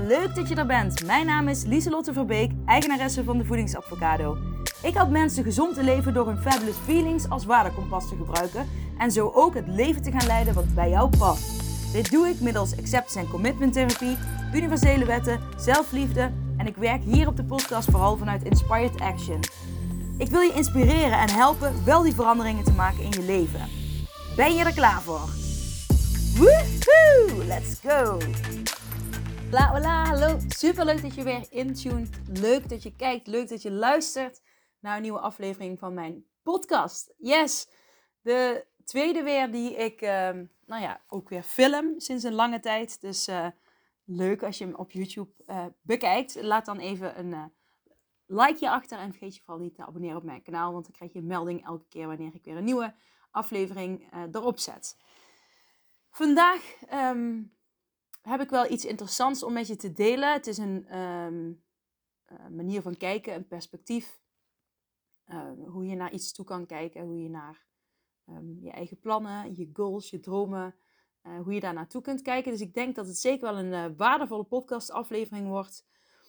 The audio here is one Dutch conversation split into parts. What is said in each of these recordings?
leuk dat je er bent. Mijn naam is Lieselotte Verbeek, eigenaresse van de Voedingsadvocado. Ik help mensen gezond te leven door hun fabulous feelings als waardekompas te gebruiken en zo ook het leven te gaan leiden wat bij jou past. Dit doe ik middels acceptance en commitment therapie, universele wetten, zelfliefde en ik werk hier op de podcast vooral vanuit Inspired Action. Ik wil je inspireren en helpen wel die veranderingen te maken in je leven. Ben je er klaar voor? Woehoe! Let's go! Hola, hallo. Super leuk dat je weer intuned. Leuk dat je kijkt, leuk dat je luistert naar een nieuwe aflevering van mijn podcast. Yes, de tweede weer die ik ook weer film sinds een lange tijd. Dus leuk als je hem op YouTube bekijkt. Laat dan even een likeje achter en vergeet je vooral niet te abonneren op mijn kanaal. Want dan krijg je een melding elke keer wanneer ik weer een nieuwe aflevering erop zet. Vandaag heb ik wel iets interessants om met je te delen. Het is een manier van kijken, een perspectief. Hoe je naar iets toe kan kijken. Hoe je naar je eigen plannen, je goals, je dromen. Hoe je daar naartoe kunt kijken. Dus ik denk dat het zeker wel een waardevolle podcastaflevering wordt.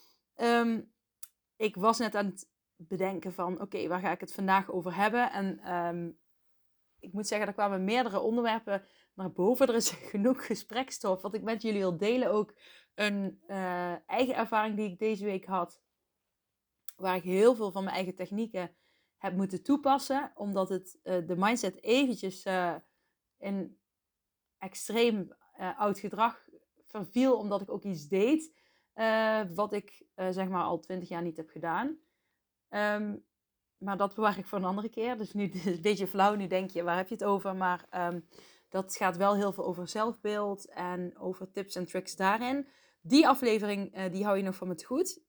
Ik was net aan het bedenken van oké, waar ga ik het vandaag over hebben? En ik moet zeggen, er kwamen meerdere onderwerpen naar boven. Er is genoeg gesprekstof. Wat ik met jullie wil delen ook een eigen ervaring die ik deze week had. Waar ik heel veel van mijn eigen technieken heb moeten toepassen. Omdat het de mindset eventjes in extreem oud gedrag verviel. Omdat ik ook iets deed wat ik zeg maar al 20 jaar niet heb gedaan. Maar dat bewaar ik voor een andere keer. Dus nu is het een beetje flauw. Nu denk je, waar heb je het over? Maar dat gaat wel heel veel over zelfbeeld. En over tips en tricks daarin. Die aflevering, die hou je nog van me te goed.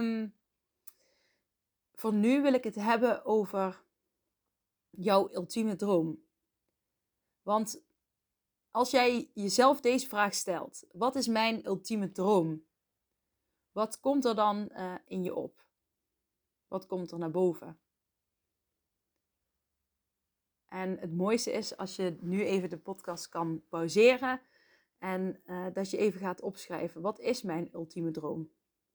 Voor nu wil ik het hebben over jouw ultieme droom. Want als jij jezelf deze vraag stelt. Wat is mijn ultieme droom? Wat komt er dan in je op? Wat komt er naar boven? En het mooiste is als je nu even de podcast kan pauzeren. En dat je even gaat opschrijven. Wat is mijn ultieme droom?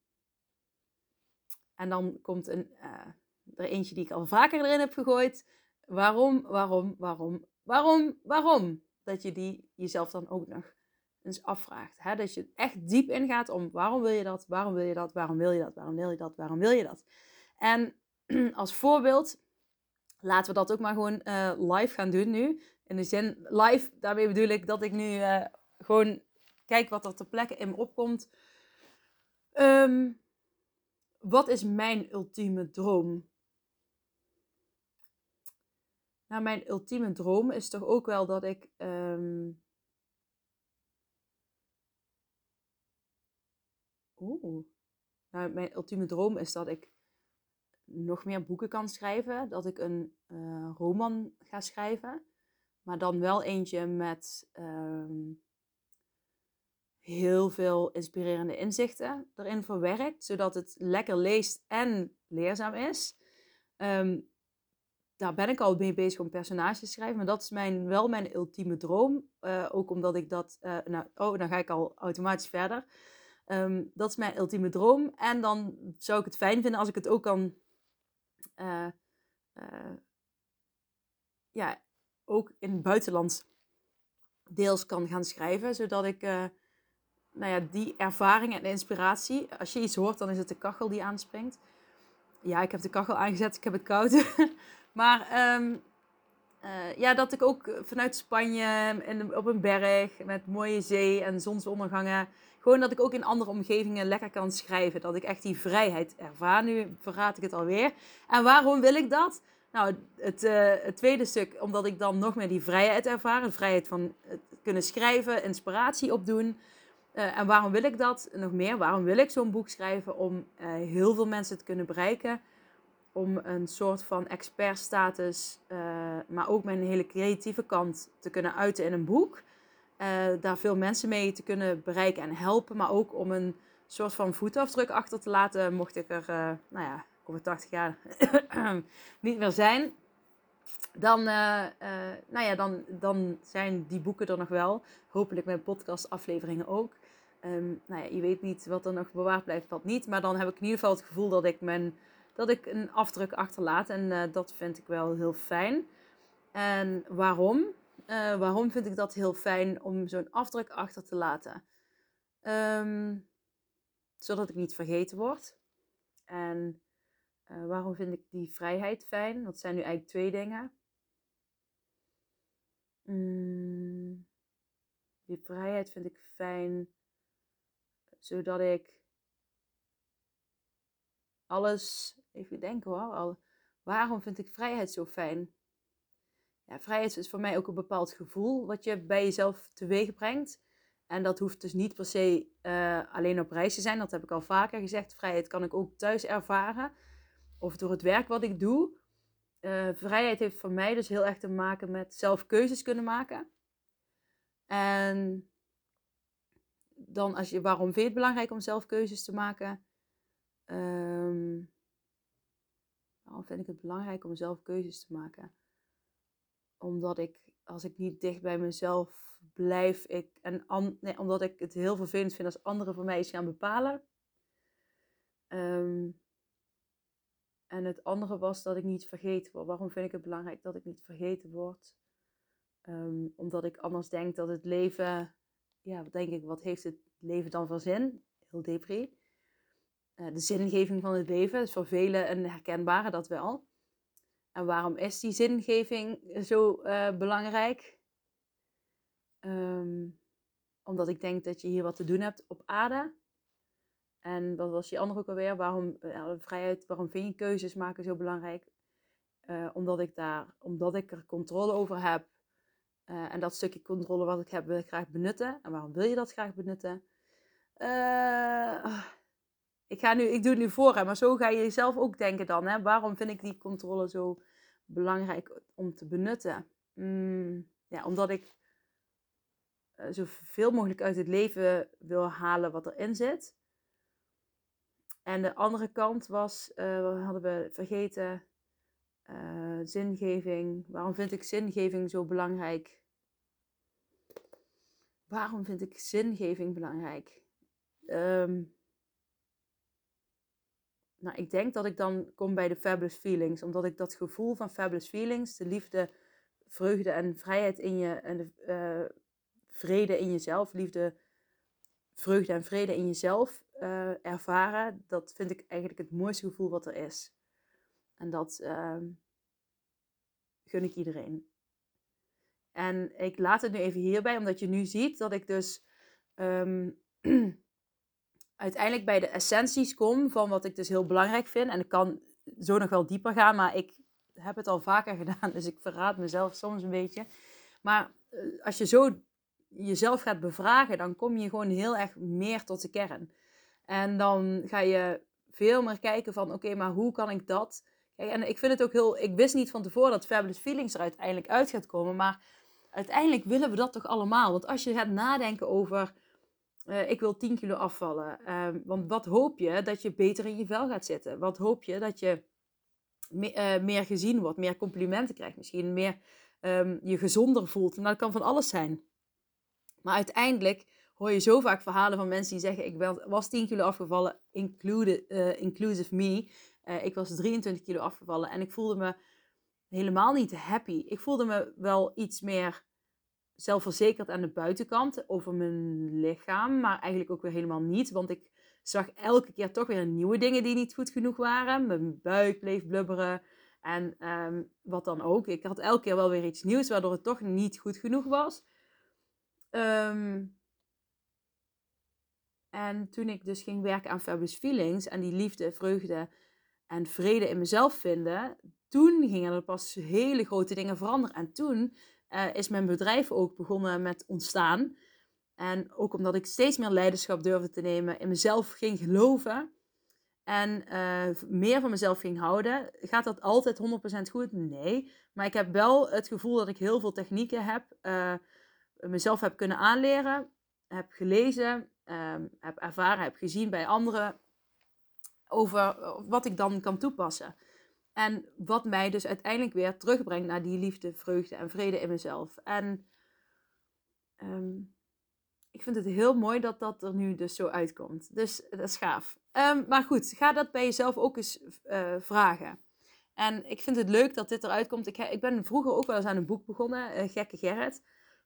En dan komt er eentje die ik al vaker erin heb gegooid. Waarom? Dat je die jezelf dan ook nog eens afvraagt. Hè? Dat je echt diep ingaat om waarom wil je dat? Waarom wil je dat? Waarom wil je dat? Waarom wil je dat? Waarom wil je dat? En als voorbeeld, laten we dat ook maar gewoon live gaan doen nu. In de zin live, daarmee bedoel ik dat ik nu gewoon kijk wat er ter plekke in me opkomt. Wat is mijn ultieme droom? Nou, mijn ultieme droom is toch ook wel dat ik mijn ultieme droom is dat ik nog meer boeken kan schrijven. Dat ik een roman ga schrijven. Maar dan wel eentje met heel veel inspirerende inzichten erin verwerkt. Zodat het lekker leest en leerzaam is. Daar ben ik al mee bezig om personages te schrijven. Maar dat is wel mijn ultieme droom. Ook omdat ik dat... dan ga ik al automatisch verder. Dat is mijn ultieme droom. En dan zou ik het fijn vinden als ik het ook kan... ook in het buitenland deels kan gaan schrijven. Zodat ik die ervaring en inspiratie... Als je iets hoort, dan is het de kachel die aanspringt. Ja, ik heb de kachel aangezet. Ik heb het koud. Maar dat ik ook vanuit Spanje op een berg met mooie zee en zonsondergangen... Gewoon dat ik ook in andere omgevingen lekker kan schrijven. Dat ik echt die vrijheid ervaar. Nu verraad ik het alweer. En waarom wil ik dat? Nou, het tweede stuk, omdat ik dan nog meer die vrijheid ervaar. De vrijheid van kunnen schrijven, inspiratie opdoen. En waarom wil ik dat? Nog meer, waarom wil ik zo'n boek schrijven? Om heel veel mensen te kunnen bereiken. Om een soort van expertstatus, maar ook mijn hele creatieve kant te kunnen uiten in een boek. Daar veel mensen mee te kunnen bereiken en helpen. Maar ook om een soort van voetafdruk achter te laten. Mocht ik er over 80 jaar niet meer zijn. Dan zijn die boeken er nog wel. Hopelijk mijn podcastafleveringen ook. Nou ja, je weet niet wat er nog bewaard blijft, wat niet. Maar dan heb ik in ieder geval het gevoel dat ik een afdruk achterlaat. En dat vind ik wel heel fijn. En waarom? Waarom vind ik dat heel fijn om zo'n afdruk achter te laten? Zodat ik niet vergeten word. En waarom vind ik die vrijheid fijn? Dat zijn nu eigenlijk 2 dingen. Die vrijheid vind ik fijn, zodat ik alles, even denken hoor, waarom vind ik vrijheid zo fijn? Ja, vrijheid is voor mij ook een bepaald gevoel wat je bij jezelf teweeg brengt. En dat hoeft dus niet per se alleen op reis te zijn. Dat heb ik al vaker gezegd. Vrijheid kan ik ook thuis ervaren. Of door het werk wat ik doe. Vrijheid heeft voor mij dus heel erg te maken met zelf keuzes kunnen maken. En dan waarom vind je het belangrijk om zelf keuzes te maken? Waarom vind ik het belangrijk om zelf keuzes te maken? Omdat als ik niet dicht bij mezelf blijf, omdat ik het heel vervelend vind als anderen voor mij iets gaan bepalen. En het andere was dat ik niet vergeten word. Waarom vind ik het belangrijk dat ik niet vergeten word? Omdat ik anders denk dat het leven, wat heeft het leven dan voor zin? Heel depri. De zingeving van het leven is voor velen een herkenbare, dat wel. En waarom is die zingeving zo belangrijk? Omdat ik denk dat je hier wat te doen hebt op aarde. En wat was die andere ook alweer? Vrijheid, waarom vind je keuzes maken zo belangrijk? Omdat ik er controle over heb. En dat stukje controle wat ik heb, wil ik graag benutten. En waarom wil je dat graag benutten? Ik doe het nu voor, hè, maar zo ga je zelf ook denken dan. Hè? Waarom vind ik die controle zo belangrijk om te benutten? Omdat ik zoveel mogelijk uit het leven wil halen wat erin zit. En de andere kant was, wat hadden we vergeten? Zingeving. Waarom vind ik zingeving zo belangrijk? Waarom vind ik zingeving belangrijk? Ik denk dat ik dan kom bij de Fabulous Feelings. Omdat ik dat gevoel van Fabulous Feelings, de liefde, vreugde en vrijheid in je, en de vrede in jezelf, liefde, vreugde en vrede in jezelf ervaren, dat vind ik eigenlijk het mooiste gevoel wat er is. En dat gun ik iedereen. En ik laat het nu even hierbij, omdat je nu ziet dat ik dus uiteindelijk bij de essenties kom van wat ik dus heel belangrijk vind. En ik kan zo nog wel dieper gaan, maar ik heb het al vaker gedaan, dus ik verraad mezelf soms een beetje. Maar als je zo jezelf gaat bevragen, dan kom je gewoon heel erg meer tot de kern. En dan ga je veel meer kijken van, oké, maar hoe kan ik dat? Kijk, en ik vind het ook ik wist niet van tevoren dat Fabulous Feelings er uiteindelijk uit gaat komen, maar uiteindelijk willen we dat toch allemaal. Want als je gaat nadenken over, ik wil 10 kilo afvallen. Want wat hoop je? Dat je beter in je vel gaat zitten. Wat hoop je? Dat je meer gezien wordt, meer complimenten krijgt. Misschien meer je gezonder voelt. Nou, dat kan van alles zijn. Maar uiteindelijk hoor je zo vaak verhalen van mensen die zeggen, ik was 10 kilo afgevallen, inclusive me. Ik was 23 kilo afgevallen en ik voelde me helemaal niet happy. Ik voelde me wel iets meer zelfverzekerd aan de buitenkant over mijn lichaam, maar eigenlijk ook weer helemaal niet, want ik zag elke keer toch weer nieuwe dingen die niet goed genoeg waren. Mijn buik bleef blubberen en wat dan ook. Ik had elke keer wel weer iets nieuws, waardoor het toch niet goed genoeg was. En toen ik dus ging werken aan Fabulous Feelings en die liefde, vreugde en vrede in mezelf vinden, toen gingen er pas hele grote dingen veranderen. En toen is mijn bedrijf ook begonnen met ontstaan. En ook omdat ik steeds meer leiderschap durfde te nemen, in mezelf ging geloven en meer van mezelf ging houden. Gaat dat altijd 100% goed? Nee. Maar ik heb wel het gevoel dat ik heel veel technieken heb, mezelf heb kunnen aanleren, heb gelezen, heb ervaren, heb gezien bij anderen over wat ik dan kan toepassen. En wat mij dus uiteindelijk weer terugbrengt naar die liefde, vreugde en vrede in mezelf. En ik ik vind het heel mooi dat dat er nu dus zo uitkomt. Dus dat is gaaf. Maar goed, ga dat bij jezelf ook eens vragen. En ik vind het leuk dat dit eruit komt. Ik ben vroeger ook wel eens aan een boek begonnen. Gekke Gerrit.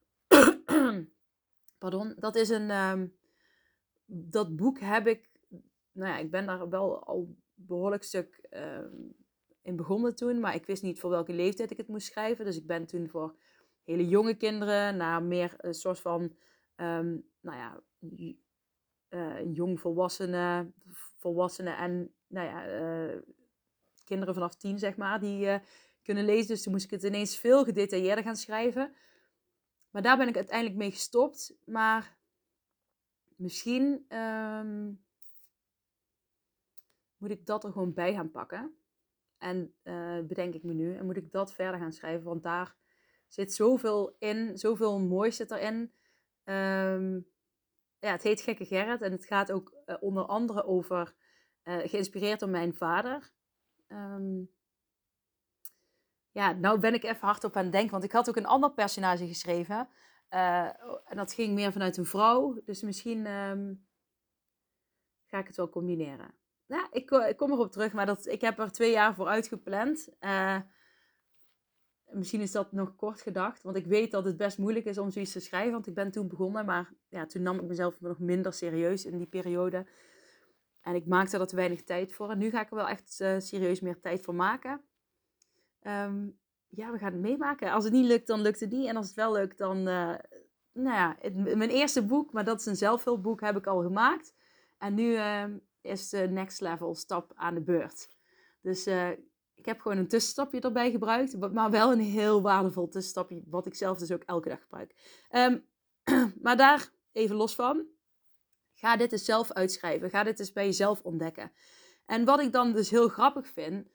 Pardon. Dat is dat boek heb ik... Nou ja, ik ben daar wel al behoorlijk stuk in begonnen toen. Maar ik wist niet voor welke leeftijd ik het moest schrijven. Dus ik ben toen voor hele jonge kinderen naar meer een soort van... jong volwassenen en kinderen vanaf 10, zeg maar, die kunnen lezen. Dus toen moest ik het ineens veel gedetailleerder gaan schrijven. Maar daar ben ik uiteindelijk mee gestopt. Maar misschien moet ik dat er gewoon bij gaan pakken. En bedenk ik me nu. En moet ik dat verder gaan schrijven. Want daar zit zoveel in. Zoveel moois zit erin. Het heet Gekke Gerrit. En het gaat ook onder andere over... geïnspireerd door mijn vader. Nou ben ik even hardop aan het denken. Want ik had ook een ander personage geschreven. En dat ging meer vanuit een vrouw. Dus misschien ga ik het wel combineren. Ja, ik kom erop terug. Maar ik heb er 2 jaar voor uitgepland. Misschien is dat nog kort gedacht. Want ik weet dat het best moeilijk is om zoiets te schrijven. Want ik ben toen begonnen. Maar ja, toen nam ik mezelf nog minder serieus in die periode. En ik maakte er te weinig tijd voor. En nu ga ik er wel echt serieus meer tijd voor maken. We gaan het meemaken. Als het niet lukt, dan lukt het niet. En als het wel lukt, dan... mijn eerste boek, maar dat is een zelfhulpboek, heb ik al gemaakt. En nu is de next level stap aan de beurt. Dus ik heb gewoon een tussenstapje erbij gebruikt. Maar wel een heel waardevol tussenstapje. Wat ik zelf dus ook elke dag gebruik. Maar daar even los van. Ga dit eens zelf uitschrijven. Ga dit eens bij jezelf ontdekken. En wat ik dan dus heel grappig vind...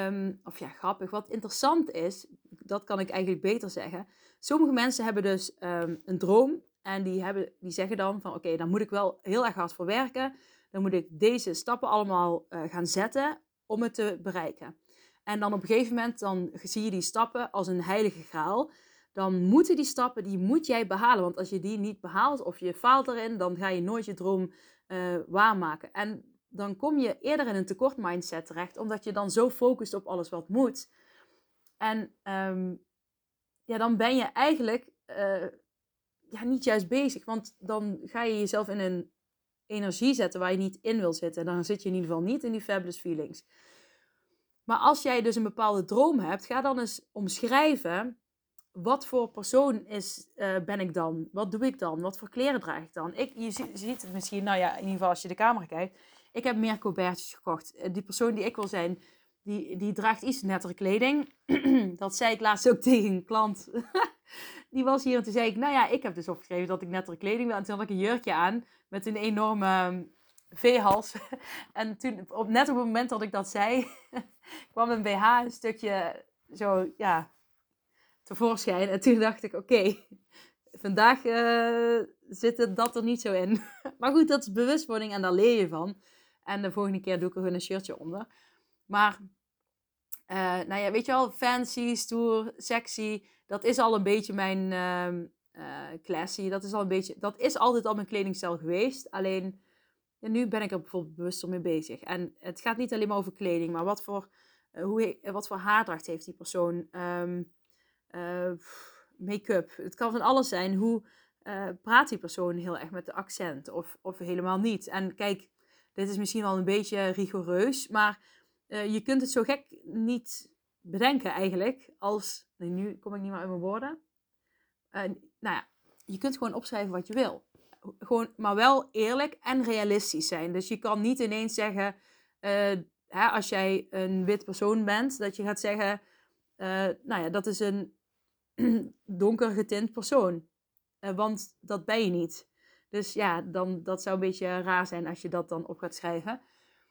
wat interessant is... Dat kan ik eigenlijk beter zeggen. Sommige mensen hebben dus een droom. En die zeggen dan van... Oké, dan moet ik wel heel erg hard voor werken. Dan moet ik deze stappen allemaal gaan zetten... om het te bereiken. En dan op een gegeven moment... dan zie je die stappen als een heilige graal... Dan moeten die stappen, die moet jij behalen. Want als je die niet behaalt of je faalt erin, dan ga je nooit je droom waarmaken. En dan kom je eerder in een tekort mindset terecht, omdat je dan zo focust op alles wat moet. En dan ben je eigenlijk niet juist bezig. Want dan ga je jezelf in een energie zetten waar je niet in wil zitten. En dan zit je in ieder geval niet in die fabulous feelings. Maar als jij dus een bepaalde droom hebt, ga dan eens omschrijven... Wat voor persoon ben ik dan? Wat doe ik dan? Wat voor kleren draag ik dan? Je ziet het misschien, in ieder geval als je de camera kijkt. Ik heb meer colbertjes gekocht. Die persoon die ik wil zijn, die draagt iets nettere kleding. Dat zei ik laatst ook tegen een klant. Die was hier en toen zei ik, ik heb dus opgeschreven dat ik nettere kleding wil. En toen had ik een jurkje aan met een enorme V-hals. En toen, net op het moment dat ik dat zei, kwam een BH een stukje zo, tevoorschijn. En toen dacht ik, oké, vandaag zit dat er niet zo in. Maar goed, dat is bewustwording en daar leer je van. En de volgende keer doe ik er gewoon een shirtje onder. Maar, weet je wel, fancy, stoer, sexy. Dat is al een beetje mijn classy. Dat is altijd al mijn kledingstijl geweest. Alleen, nu ben ik er bijvoorbeeld bewuster mee bezig. En het gaat niet alleen maar over kleding. Maar wat voor haardracht heeft die persoon? Make-up. Het kan van alles zijn. Hoe praat die persoon heel erg met de accent? Of helemaal niet. En kijk, dit is misschien wel een beetje rigoureus. Maar je kunt het zo gek niet bedenken eigenlijk. Nu kom ik niet meer uit mijn woorden. Je kunt gewoon opschrijven wat je wil. Gewoon, maar wel eerlijk en realistisch zijn. Dus je kan niet ineens zeggen... als jij een wit persoon bent... dat je gaat zeggen... dat is een donker getint persoon. Want dat ben je niet. Dus ja, dat zou een beetje raar zijn als je dat dan op gaat schrijven.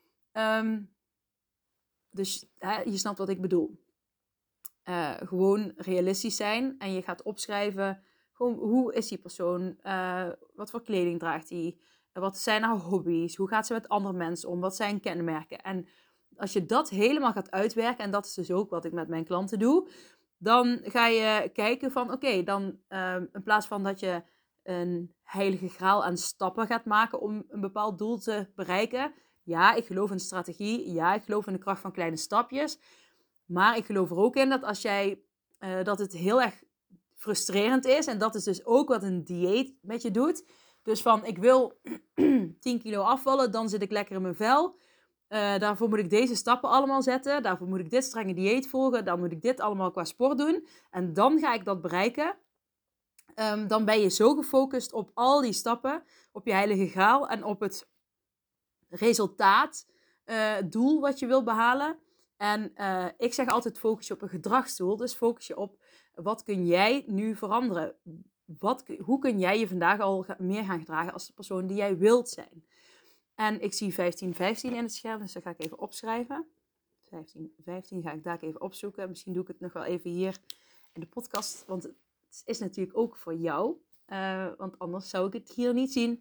Dus je snapt wat ik bedoel. Gewoon realistisch zijn. En je gaat opschrijven, gewoon, hoe is die persoon? Wat voor kleding draagt hij? Wat zijn haar hobby's? Hoe gaat ze met andere mensen om? Wat zijn kenmerken? En als je dat helemaal gaat uitwerken, en dat is dus ook wat ik met mijn klanten doe, dan ga je kijken van, oké, dan in plaats van dat je een heilige graal aan stappen gaat maken om een bepaald doel te bereiken. Ja, ik geloof in strategie. Ja, ik geloof in de kracht van kleine stapjes. Maar ik geloof er ook in dat als jij dat het heel erg frustrerend is. En dat is dus ook wat een dieet met je doet. Dus van ik wil 10 kilo afvallen, dan zit ik lekker in mijn vel. Daarvoor moet ik deze stappen allemaal zetten. Daarvoor moet ik dit strenge dieet volgen. Dan moet ik dit allemaal qua sport doen. En dan ga ik dat bereiken. Dan ben je zo gefocust op al die stappen. Op je heilige graal en op het resultaat, doel wat je wil behalen. En ik zeg altijd focus je op een gedragsdoel. Dus focus je op wat kun jij nu veranderen. Hoe kun jij je vandaag al meer gaan gedragen als de persoon die jij wilt zijn. En ik zie 15-15 in het scherm, dus dat ga ik even opschrijven. 15-15 ga ik daar even opzoeken. Misschien doe ik het nog wel even hier in de podcast, want het is natuurlijk ook voor jou. Want anders zou ik het hier niet zien.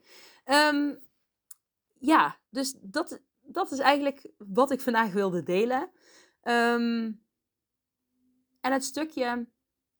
Ja, dus dat is eigenlijk wat ik vandaag wilde delen. En het stukje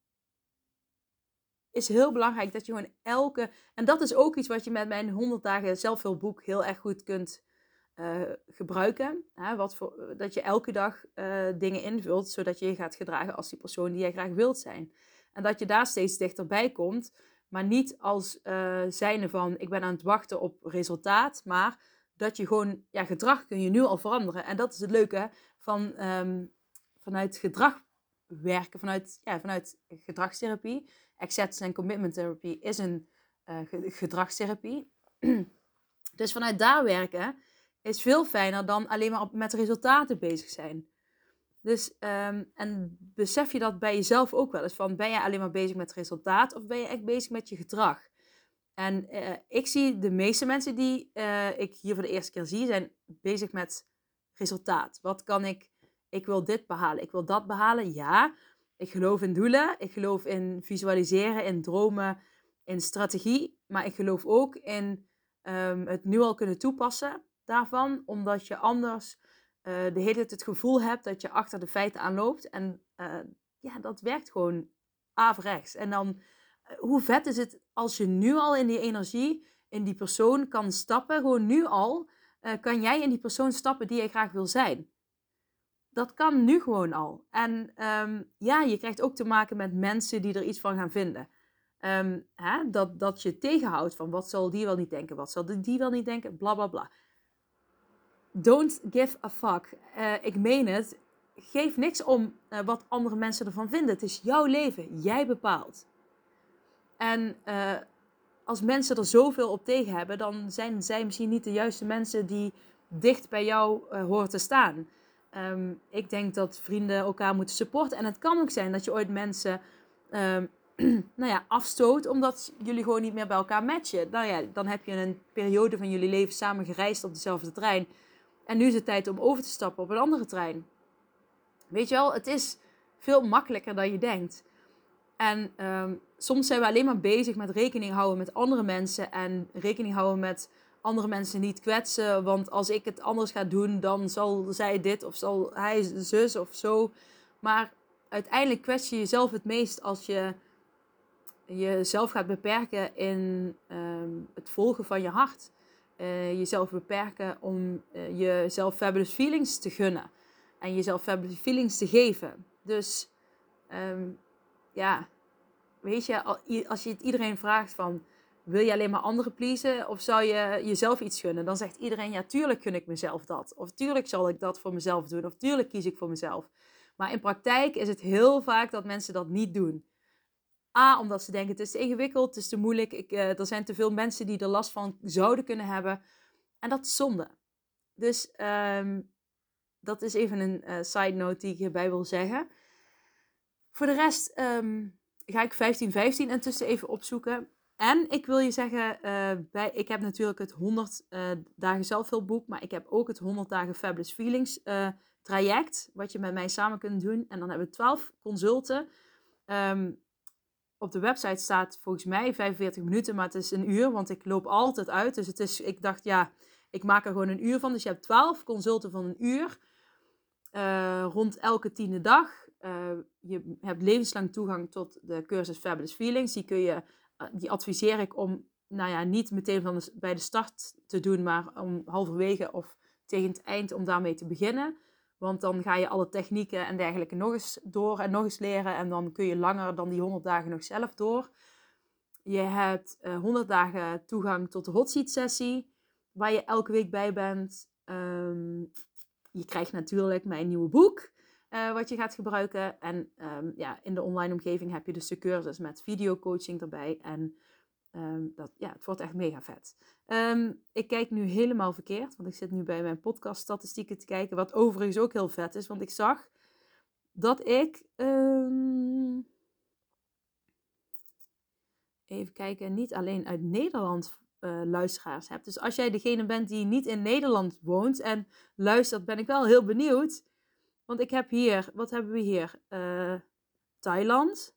is heel belangrijk dat je gewoon en dat is ook iets wat je met mijn 100 dagen zelfhulpboek heel erg goed kunt gebruiken. Dat je elke dag dingen invult, zodat je je gaat gedragen als die persoon die jij graag wilt zijn. En dat je daar steeds dichterbij komt, maar niet als zijnde van ik ben aan het wachten op resultaat, maar dat je gewoon, gedrag kun je nu al veranderen. En dat is het leuke van vanuit gedrag werken, vanuit gedragstherapie. Acceptance en commitment therapy is een gedragstherapie. Dus vanuit daar werken is veel fijner dan alleen maar met resultaten bezig zijn. Dus, en besef je dat bij jezelf ook wel eens. Van, ben je alleen maar bezig met resultaat of ben je echt bezig met je gedrag? En ik zie de meeste mensen die ik hier voor de eerste keer zie, zijn bezig met resultaat. Wat kan ik wil dit behalen, ik wil dat behalen. Ja, ik geloof in doelen, ik geloof in visualiseren, in dromen, in strategie. Maar ik geloof ook in het nu al kunnen toepassen daarvan. Omdat je anders de hele tijd het gevoel hebt dat je achter de feiten aanloopt. En dat werkt gewoon averechts. En dan, hoe vet is het als je nu al in die energie, in die persoon kan stappen. Gewoon nu al kan jij in die persoon stappen die je graag wil zijn. Dat kan nu gewoon al. En je krijgt ook te maken met mensen die er iets van gaan vinden. Dat je tegenhoudt van wat zal die wel niet denken, wat zal die wel niet denken, bla bla bla. Don't give a fuck. Ik meen het. Geef niks om wat andere mensen ervan vinden. Het is jouw leven. Jij bepaalt. En als mensen er zoveel op tegen hebben, dan zijn zij misschien niet de juiste mensen die dicht bij jou horen te staan. Ik denk dat vrienden elkaar moeten supporten. En het kan ook zijn dat je ooit mensen afstoot omdat jullie gewoon niet meer bij elkaar matchen. Dan heb je een periode van jullie leven samen gereisd op dezelfde trein. En nu is het tijd om over te stappen op een andere trein. Weet je wel, het is veel makkelijker dan je denkt. En soms zijn we alleen maar bezig met rekening houden met andere mensen. En rekening houden met andere mensen niet kwetsen. Want als ik het anders ga doen, dan zal zij dit of zal hij zus of zo. Maar uiteindelijk kwets je jezelf het meest als je jezelf gaat beperken in het volgen van je hart. Jezelf beperken om jezelf fabulous feelings te gunnen. En jezelf fabulous feelings te geven. Dus weet je, als je het iedereen vraagt van, wil je alleen maar anderen pleasen of zou je jezelf iets gunnen? Dan zegt iedereen, ja, tuurlijk gun ik mezelf dat. Of tuurlijk zal ik dat voor mezelf doen. Of tuurlijk kies ik voor mezelf. Maar in praktijk is het heel vaak dat mensen dat niet doen. Omdat ze denken, het is te ingewikkeld, het is te moeilijk. Er zijn te veel mensen die er last van zouden kunnen hebben. En dat is zonde. Dus dat is even een side note die ik hierbij wil zeggen. Voor de rest ga ik 15-15 intussen even opzoeken. En ik wil je zeggen, ik heb natuurlijk het 100 dagen zelfhulpboek, maar ik heb ook het 100 dagen Fabulous Feelings traject, wat je met mij samen kunt doen. En dan hebben we 12 consulten. Op de website staat volgens mij 45 minuten, maar het is een uur, want ik loop altijd uit. Dus ik dacht, ik maak er gewoon een uur van. Dus je hebt 12 consulten van een uur, rond elke 10e dag. Je hebt levenslang toegang tot de cursus Fabulous Feelings. Die kun je die adviseer ik om niet meteen bij de start te doen, maar om halverwege of tegen het eind om daarmee te beginnen. Want dan ga je alle technieken en dergelijke nog eens door en nog eens leren. En dan kun je langer dan die 100 dagen nog zelf door. Je hebt 100 dagen toegang tot de hot seat sessie, waar je elke week bij bent. Je krijgt natuurlijk mijn nieuwe boek, wat je gaat gebruiken. En in de online omgeving heb je dus de cursus met videocoaching erbij. En het wordt echt mega vet. Ik kijk nu helemaal verkeerd, want ik zit nu bij mijn podcaststatistieken te kijken. Wat overigens ook heel vet is, want ik zag dat ik... even kijken, niet alleen uit Nederland luisteraars heb. Dus als jij degene bent die niet in Nederland woont en luistert, ben ik wel heel benieuwd. Want ik heb hier, wat hebben we hier? Thailand,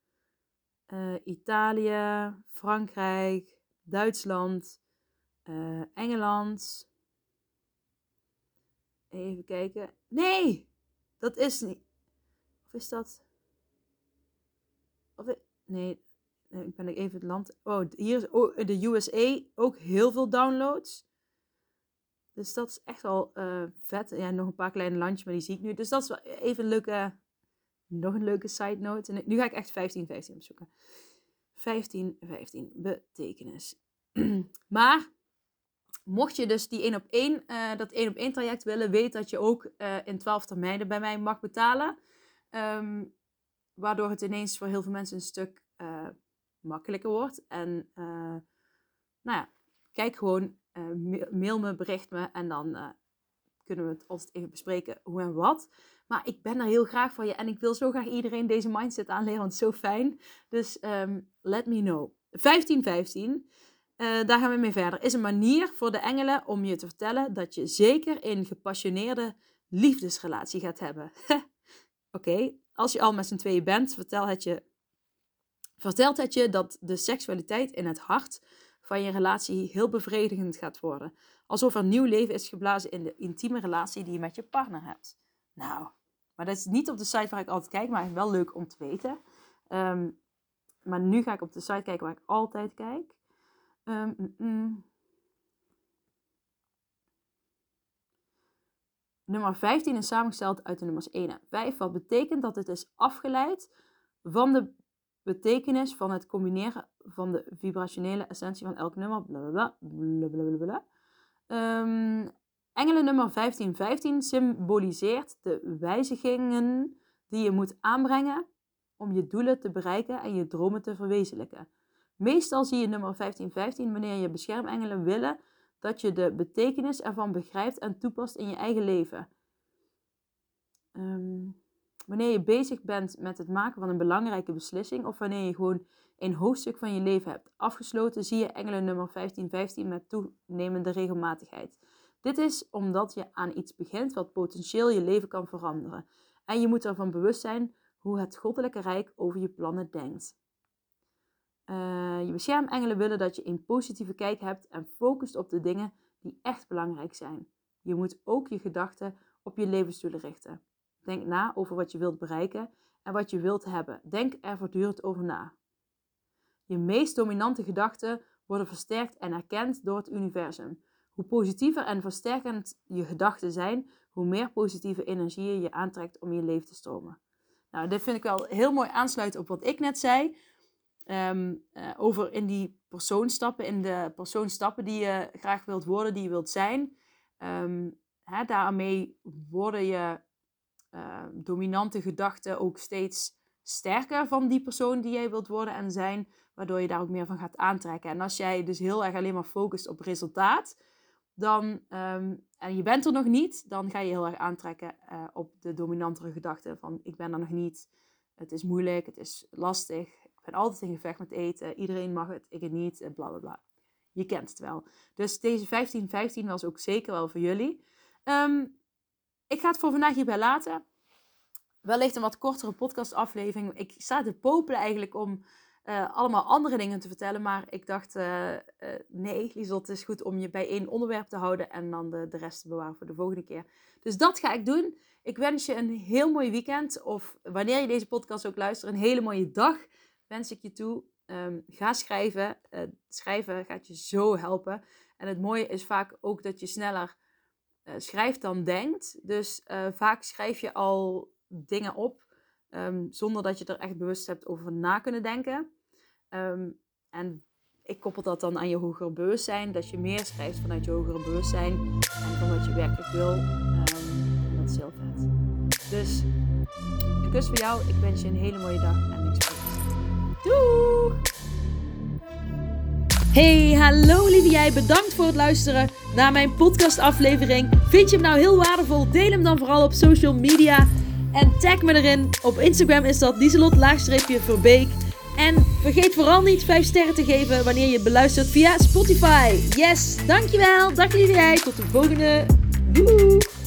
Italië, Frankrijk, Duitsland, Engeland. Even kijken. Nee, dat is niet. Of is dat? Nee. Ik ben even het land. Oh, hier is de USA ook heel veel downloads. Dus dat is echt wel vet. Ja, nog een paar kleine landjes, maar die zie ik nu. Dus dat is wel even nog een leuke side note. En nu ga ik echt 15 opzoeken. 15 betekenis. Maar mocht je dus die 1-op-1, dat 1-op-1 traject willen, weet dat je ook in 12 termijnen bij mij mag betalen. Waardoor het ineens voor heel veel mensen een stuk makkelijker wordt. En kijk gewoon, mail me, bericht me en dan kunnen we het altijd even bespreken hoe en wat. Maar ik ben er heel graag voor je en ik wil zo graag iedereen deze mindset aanleren, want het is zo fijn. Dus let me know. 15, daar gaan we mee verder. Is een manier voor de engelen om je te vertellen dat je zeker een gepassioneerde liefdesrelatie gaat hebben. Oké, als je al met z'n tweeën bent, vertelt het je dat de seksualiteit in het hart van je relatie heel bevredigend gaat worden. Alsof er nieuw leven is geblazen in de intieme relatie die je met je partner hebt. Nou, maar dat is niet op de site waar ik altijd kijk, maar wel leuk om te weten. Maar nu ga ik op de site kijken waar ik altijd kijk. Nummer 15 is samengesteld uit de nummers 1 en 5. Wat betekent dat het is afgeleid van de betekenis van het combineren van de vibrationele essentie van elk nummer. Blablabla. Engelennummer 1515 symboliseert de wijzigingen die je moet aanbrengen om je doelen te bereiken en je dromen te verwezenlijken. Meestal zie je nummer 1515 wanneer je beschermengelen willen dat je de betekenis ervan begrijpt en toepast in je eigen leven. Wanneer je bezig bent met het maken van een belangrijke beslissing of wanneer je gewoon een hoofdstuk van je leven hebt afgesloten, zie je engelennummer 1515 met toenemende regelmatigheid. Dit is omdat je aan iets begint wat potentieel je leven kan veranderen. En je moet ervan bewust zijn hoe het goddelijke rijk over je plannen denkt. Je beschermengelen willen dat je een positieve kijk hebt en focust op de dingen die echt belangrijk zijn. Je moet ook je gedachten op je levensdoelen richten. Denk na over wat je wilt bereiken en wat je wilt hebben. Denk er voortdurend over na. Je meest dominante gedachten worden versterkt en erkend door het universum. Hoe positiever en versterkend je gedachten zijn, hoe meer positieve energie je aantrekt om je leven te stromen. Nou, dit vind ik wel heel mooi aansluiten op wat ik net zei. Over in die persoonstappen, in de persoonstappen die je graag wilt worden, die je wilt zijn. Daarmee worden je dominante gedachten ook steeds sterker van die persoon die jij wilt worden en zijn, waardoor je daar ook meer van gaat aantrekken. En als jij dus heel erg alleen maar focust op resultaat, dan, en je bent er nog niet, dan ga je heel erg aantrekken op de dominantere gedachten van ik ben er nog niet, het is moeilijk, het is lastig, ik ben altijd in gevecht met eten, iedereen mag het, ik het niet, bla bla bla. Je kent het wel. Dus deze 1515 was ook zeker wel voor jullie. Ik ga het voor vandaag hierbij laten. Wellicht een wat kortere podcastaflevering. Ik sta te popelen eigenlijk om allemaal andere dingen te vertellen. Maar ik dacht, nee Lieselot, het is goed om je bij één onderwerp te houden. En dan de rest te bewaren voor de volgende keer. Dus dat ga ik doen. Ik wens je een heel mooi weekend. Of wanneer je deze podcast ook luistert, een hele mooie dag wens ik je toe. Ga schrijven. Schrijven gaat je zo helpen. En het mooie is vaak ook dat je sneller schrijft dan denkt. Dus vaak schrijf je al dingen op zonder dat je er echt bewust hebt over na kunnen denken. En ik koppel dat dan aan je hogere bewustzijn. Dat je meer schrijft vanuit je hogere bewustzijn. En van wat je werkelijk wil. En dat is heel vet. Dus een kus voor jou. Ik wens je een hele mooie dag. En niks meer. Doei! Hey, hallo lieve jij. Bedankt voor het luisteren naar mijn podcastaflevering. Vind je hem nou heel waardevol? Deel hem dan vooral op social media. En tag me erin. Op Instagram is dat Lieselot_Verbeek. En vergeet vooral niet 5 sterren te geven wanneer je beluistert via Spotify. Yes, dankjewel. Dag lieve jij. Tot de volgende. Doei!